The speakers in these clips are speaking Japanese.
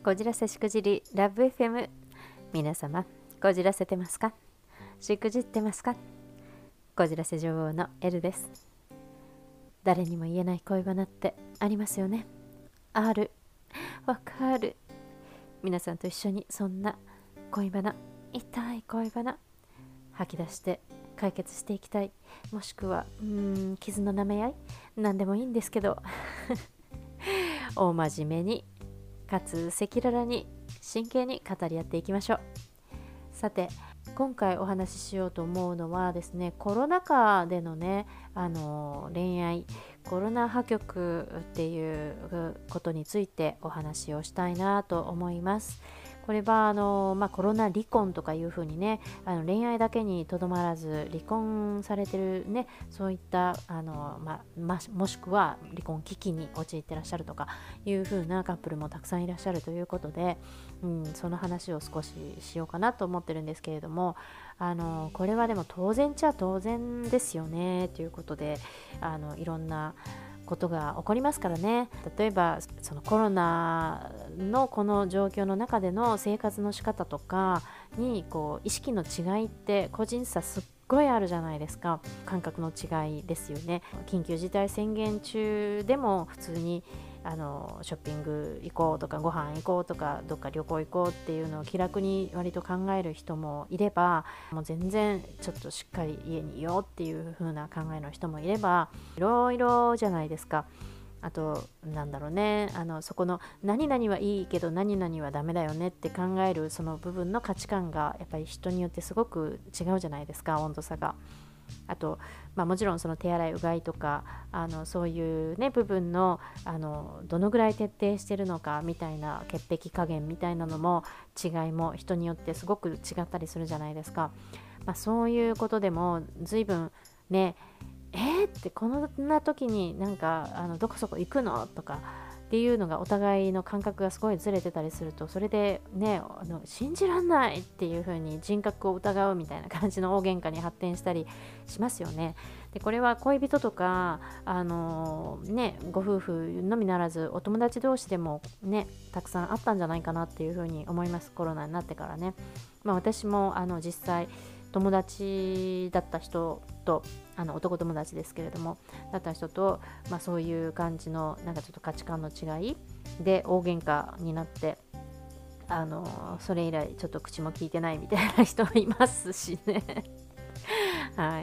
こじらせしくじりラブ FM。 皆様こじらせてますか？しくじってますか？こじらせ女王のエルです。誰にも言えない恋バナってありますよね。ある。わかる。皆さんと一緒にそんな恋バナ、痛い恋バナ吐き出して解決していきたい。もしくは傷の舐め合い、何でもいいんですけど大真面目にかつ赤裸々に真剣に語り合っていきましょう。さて、今回お話ししようと思うのはですね、コロナ禍でのね、恋愛、コロナ破局っていうことについてお話をしたいなと思います。これはコロナ離婚とかいうふうにね、恋愛だけにとどまらず離婚されてるね、そういったもしくは離婚危機に陥ってらっしゃるとかいうふうなカップルもたくさんいらっしゃるということで、その話を少ししようかなと思ってるんですけれども、これはでも当然っちゃ当然ですよねということで、いろんなことが起こりますからね。例えばそのコロナのこの状況の中での生活の仕方とかに意識の違いって個人差すっごいあるじゃないですか。感覚の違いですよね。緊急事態宣言中でも普通にショッピング行こうとかご飯行こうとかどっか旅行行こうっていうのを気楽に割と考える人もいれば、もう全然ちょっとしっかり家にいようっていう風な考えの人もいれば、いろいろじゃないですか。あとなんだろうね、そこの何々はいいけど何々はダメだよねって考えるその部分の価値観がやっぱり人によってすごく違うじゃないですか、温度差が。あと、もちろんその手洗いうがいとかそういう、ね、部分のどのぐらい徹底してるのかみたいな潔癖加減みたいなのも違いも人によってすごく違ったりするじゃないですか。そういうことでも随分ね、ってこんな時になんかどこそこ行くのとかっていうのがお互いの感覚がすごいずれてたりすると、それでね信じらんないっていう風に人格を疑うみたいな感じの大喧嘩に発展したりしますよね。でこれは恋人とかご夫婦のみならずお友達同士でもねたくさんあったんじゃないかなっていう風に思います。コロナになってからね。私も実際友達だった人と男友達ですけれどもだった人と、そういう感じのなんかちょっと価値観の違いで大喧嘩になって、それ以来ちょっと口も聞いてないみたいな人もいますしねはい、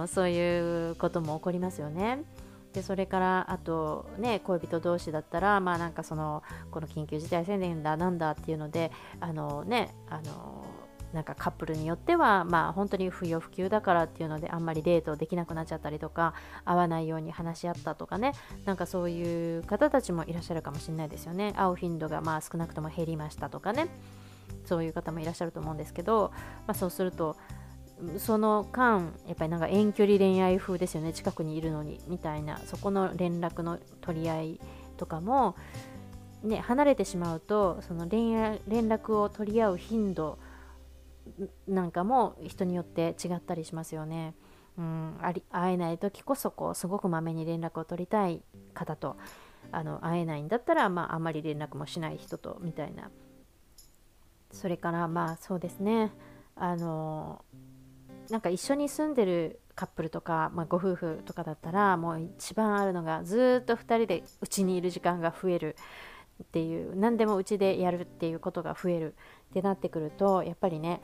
そういうことも起こりますよね。でそれからあとね、恋人同士だったらなんかこの緊急事態宣言だなんだっていうのでなんかカップルによっては本当に不要不急だからっていうのであんまりデートできなくなっちゃったりとか、会わないように話し合ったとかね、なんかそういう方たちもいらっしゃるかもしれないですよね。会う頻度が少なくとも減りましたとかね、そういう方もいらっしゃると思うんですけど、そうするとその間やっぱりなんか遠距離恋愛風ですよね。近くにいるのにみたいな、そこの連絡の取り合いとかもね、離れてしまうとその連絡を取り合う頻度なんかも人によって違ったりしますよね。会えない時こそすごくまめに連絡を取りたい方と、会えないんだったら、あんまり連絡もしない人とみたいな。それからそうですね、なんか一緒に住んでるカップルとか、ご夫婦とかだったらもう一番あるのがずっと2人でうちにいる時間が増えるっていう、何でもうちでやるっていうことが増えるってなってくると、やっぱりね、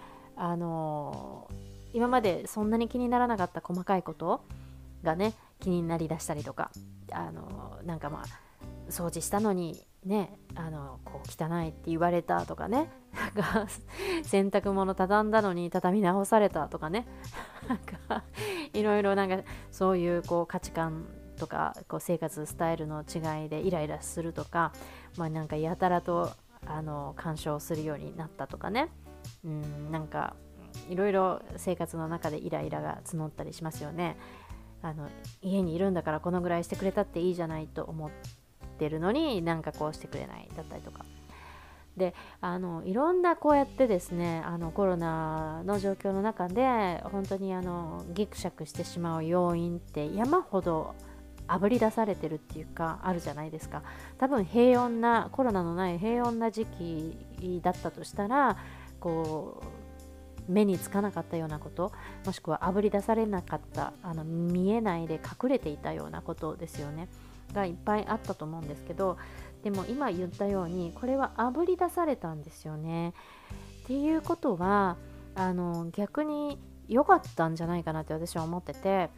今までそんなに気にならなかった細かいことがね気になりだしたりとか、なんか掃除したのにね汚いって言われたとかね、なんか洗濯物畳んだのに畳み直されたとかねなんかいろいろなんかそういう価値観とか生活スタイルの違いでイライラするとか、なんかやたらと干渉するようになったとかね、なんかいろいろ生活の中でイライラが募ったりしますよね。家にいるんだからこのぐらいしてくれたっていいじゃないと思ってるのに、なんかこうしてくれないだったりとかで、いろんなこうやってですね、コロナの状況の中で本当にギクシャクしてしまう要因って山ほどあぶり出されてるっていうかあるじゃないですか。多分コロナのない平穏な時期だったとしたら、こう目につかなかったようなこと、もしくはあぶり出されなかった、見えないで隠れていたようなことですよねがいっぱいあったと思うんですけど、でも今言ったようにこれはあぶり出されたんですよね。っていうことは逆に良かったんじゃないかなって私は思ってて、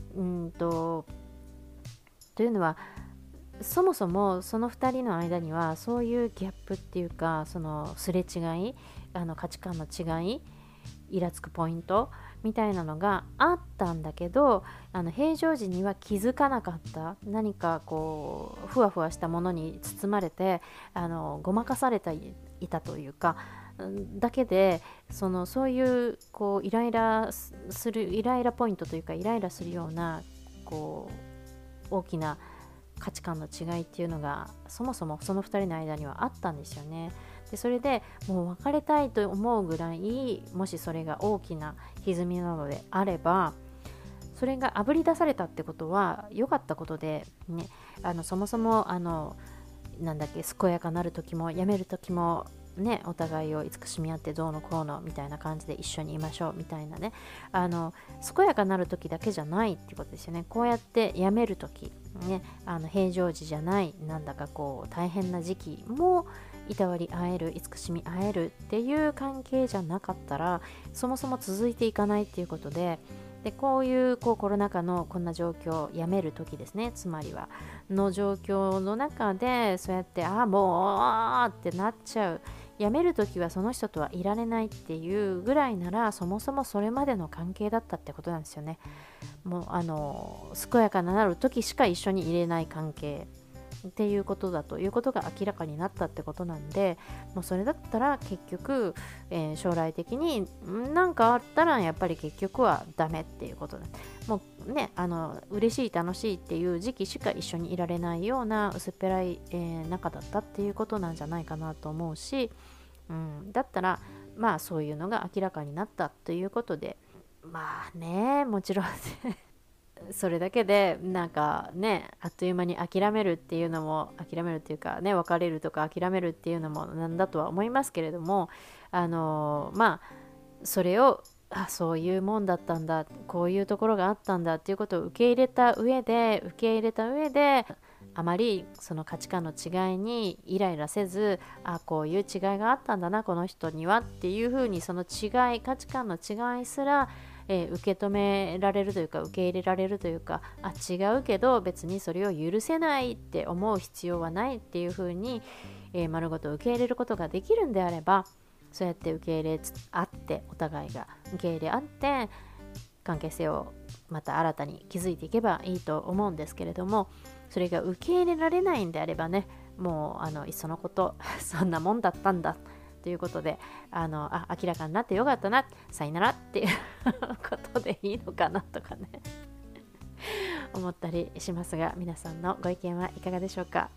というのはそもそもその2人の間にはそういうギャップっていうか、そのすれ違い、価値観の違い、イラつくポイントみたいなのがあったんだけど、平常時には気づかなかった、何かこうふわふわしたものに包まれてごまかされていたというかだけで、そういうこうイライラポイントというかイライラするようなこう大きな価値観の違いっていうのがそもそもその2人の間にはあったんですよね。でそれでもう別れたいと思うぐらい、もしそれが大きな歪みなのであれば、それがあぶり出されたってことは良かったことで、ね、そもそもなんだっけ、健やかなる時もやめる時もね、お互いを慈しみ合ってどうのこうのみたいな感じで一緒にいましょうみたいなね、健やかなる時だけじゃないってことですよね。こうやってやめる時ね、平常時じゃない、なんだかこう大変な時期もいたわり合える、慈しみ合えるっていう関係じゃなかったらそもそも続いていかないっていうことで、こういうコロナ禍のこんな状況、やめる時ですね、つまりはの状況の中でそうやってもうってなっちゃう、やめる時はその人とはいられないっていうぐらいなら、そもそもそれまでの関係だったってことなんですよね。もう健やかなる時しか一緒にいれない関係っていうことだということが明らかになったってことなんで、もうそれだったら結局、将来的に何かあったらやっぱり結局はダメっていうことだ。もうね、嬉しい楽しいっていう時期しか一緒にいられないような薄っぺらい、仲だったっていうことなんじゃないかなと思うし、だったらまあそういうのが明らかになったということで、まあね、もちろんそれだけでなんかね、あっという間に諦めるっていうかね、別れるとか諦めるっていうのもなんだとは思いますけれども、まあそれをそういうもんだったんだ、こういうところがあったんだっていうことを受け入れた上であまりその価値観の違いにイライラせず、こういう違いがあったんだなこの人にはっていうふうに、その違い、価値観の違いすら受け止められるというか受け入れられるというか、違うけど別にそれを許せないって思う必要はないっていう風に、丸ごと受け入れることができるんであれば、そうやって受け入れ合って、お互いが受け入れ合って関係性をまた新たに築いていけばいいと思うんですけれども、それが受け入れられないんであればね、もういっそのことそんなもんだったんだということで、明らかになってよかったな、さよならっていうことでいいのかなとかね思ったりしますが、皆さんのご意見はいかがでしょうか。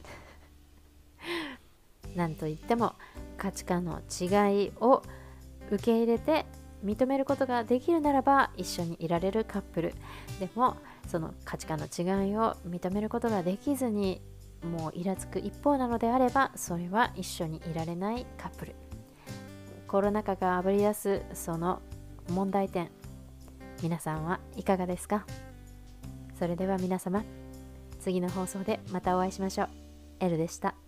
なんといっても価値観の違いを受け入れて認めることができるならば一緒にいられるカップルでも、その価値観の違いを認めることができずにもうイラつく一方なのであれば、それは一緒にいられないカップル。コロナ禍があぶり出すその問題点、皆さんはいかがですか。それでは皆様、次の放送でまたお会いしましょう。エルでした。